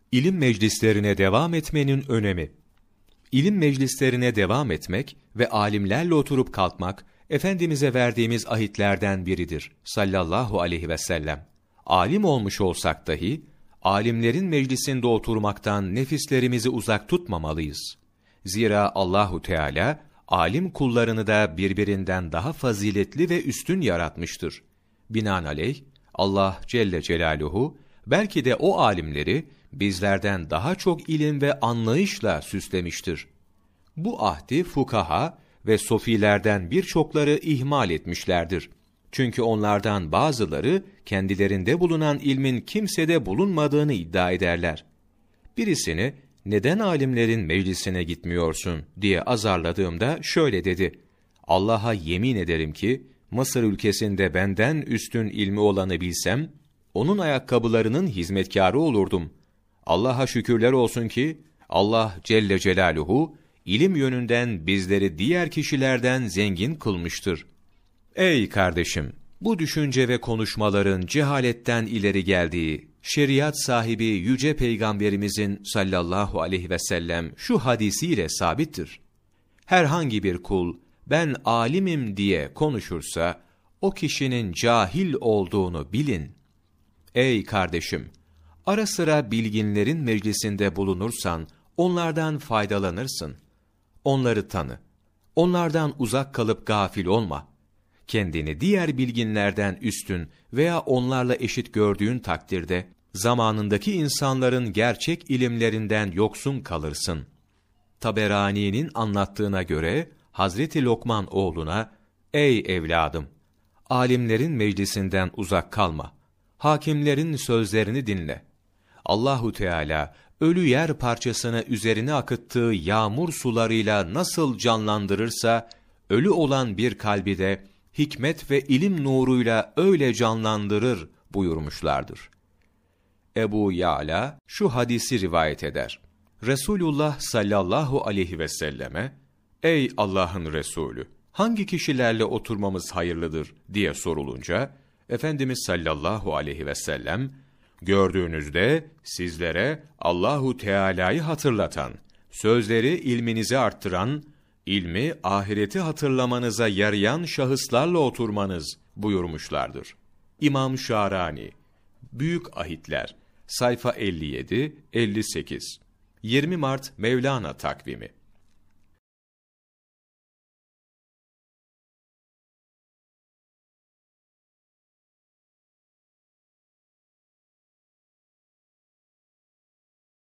İlim meclislerine devam etmenin önemi. İlim meclislerine devam etmek ve alimlerle oturup kalkmak, Efendimiz'e verdiğimiz ahitlerden biridir sallallahu aleyhi ve sellem. Alim olmuş olsak dahi, alimlerin meclisinde oturmaktan nefislerimizi uzak tutmamalıyız. Zira Allahu Teala, alim kullarını da birbirinden daha faziletli ve üstün yaratmıştır. Binaenaleyh, Allah Celle Celaluhu, belki de o alimleri, bizlerden daha çok ilim ve anlayışla süslemiştir. Bu ahdi fukaha ve sofilerden birçokları ihmal etmişlerdir. Çünkü onlardan bazıları kendilerinde bulunan ilmin kimsede bulunmadığını iddia ederler. Birisini neden alimlerin meclisine gitmiyorsun diye azarladığımda şöyle dedi: Allah'a yemin ederim ki Mısır ülkesinde benden üstün ilmi olanı bilsem, onun ayakkabılarının hizmetkarı olurdum. Allah'a şükürler olsun ki Allah Celle Celaluhu ilim yönünden bizleri diğer kişilerden zengin kılmıştır. Ey kardeşim! Bu düşünce ve konuşmaların cehaletten ileri geldiği, şeriat sahibi Yüce Peygamberimizin sallallahu aleyhi ve sellem şu hadisiyle sabittir. Herhangi bir kul, ben alimim diye konuşursa, o kişinin cahil olduğunu bilin. Ey kardeşim! Ara sıra bilginlerin meclisinde bulunursan, onlardan faydalanırsın. Onları tanı. Onlardan uzak kalıp gafil olma. Kendini diğer bilginlerden üstün veya onlarla eşit gördüğün takdirde, zamanındaki insanların gerçek ilimlerinden yoksun kalırsın. Taberani'nin anlattığına göre, Hazreti Lokman oğluna, ey evladım! Alimlerin meclisinden uzak kalma. Hakimlerin sözlerini dinle. Allahu Teala, ölü yer parçasını üzerine akıttığı yağmur sularıyla nasıl canlandırırsa, ölü olan bir kalbi de hikmet ve ilim nuruyla öyle canlandırır buyurmuşlardır. Ebu Ya'la şu hadisi rivayet eder. Resulullah sallallahu aleyhi ve selleme, ey Allah'ın Resulü, hangi kişilerle oturmamız hayırlıdır diye sorulunca, Efendimiz sallallahu aleyhi ve sellem, gördüğünüzde sizlere Allahu Teala'yı hatırlatan, sözleri ilminizi arttıran, ilmi ahireti hatırlamanıza yarayan şahıslarla oturmanız buyurmuşlardır. İmam Şarani, Büyük Ahitler, sayfa 57-58, 20 Mart Mevlana takvimi.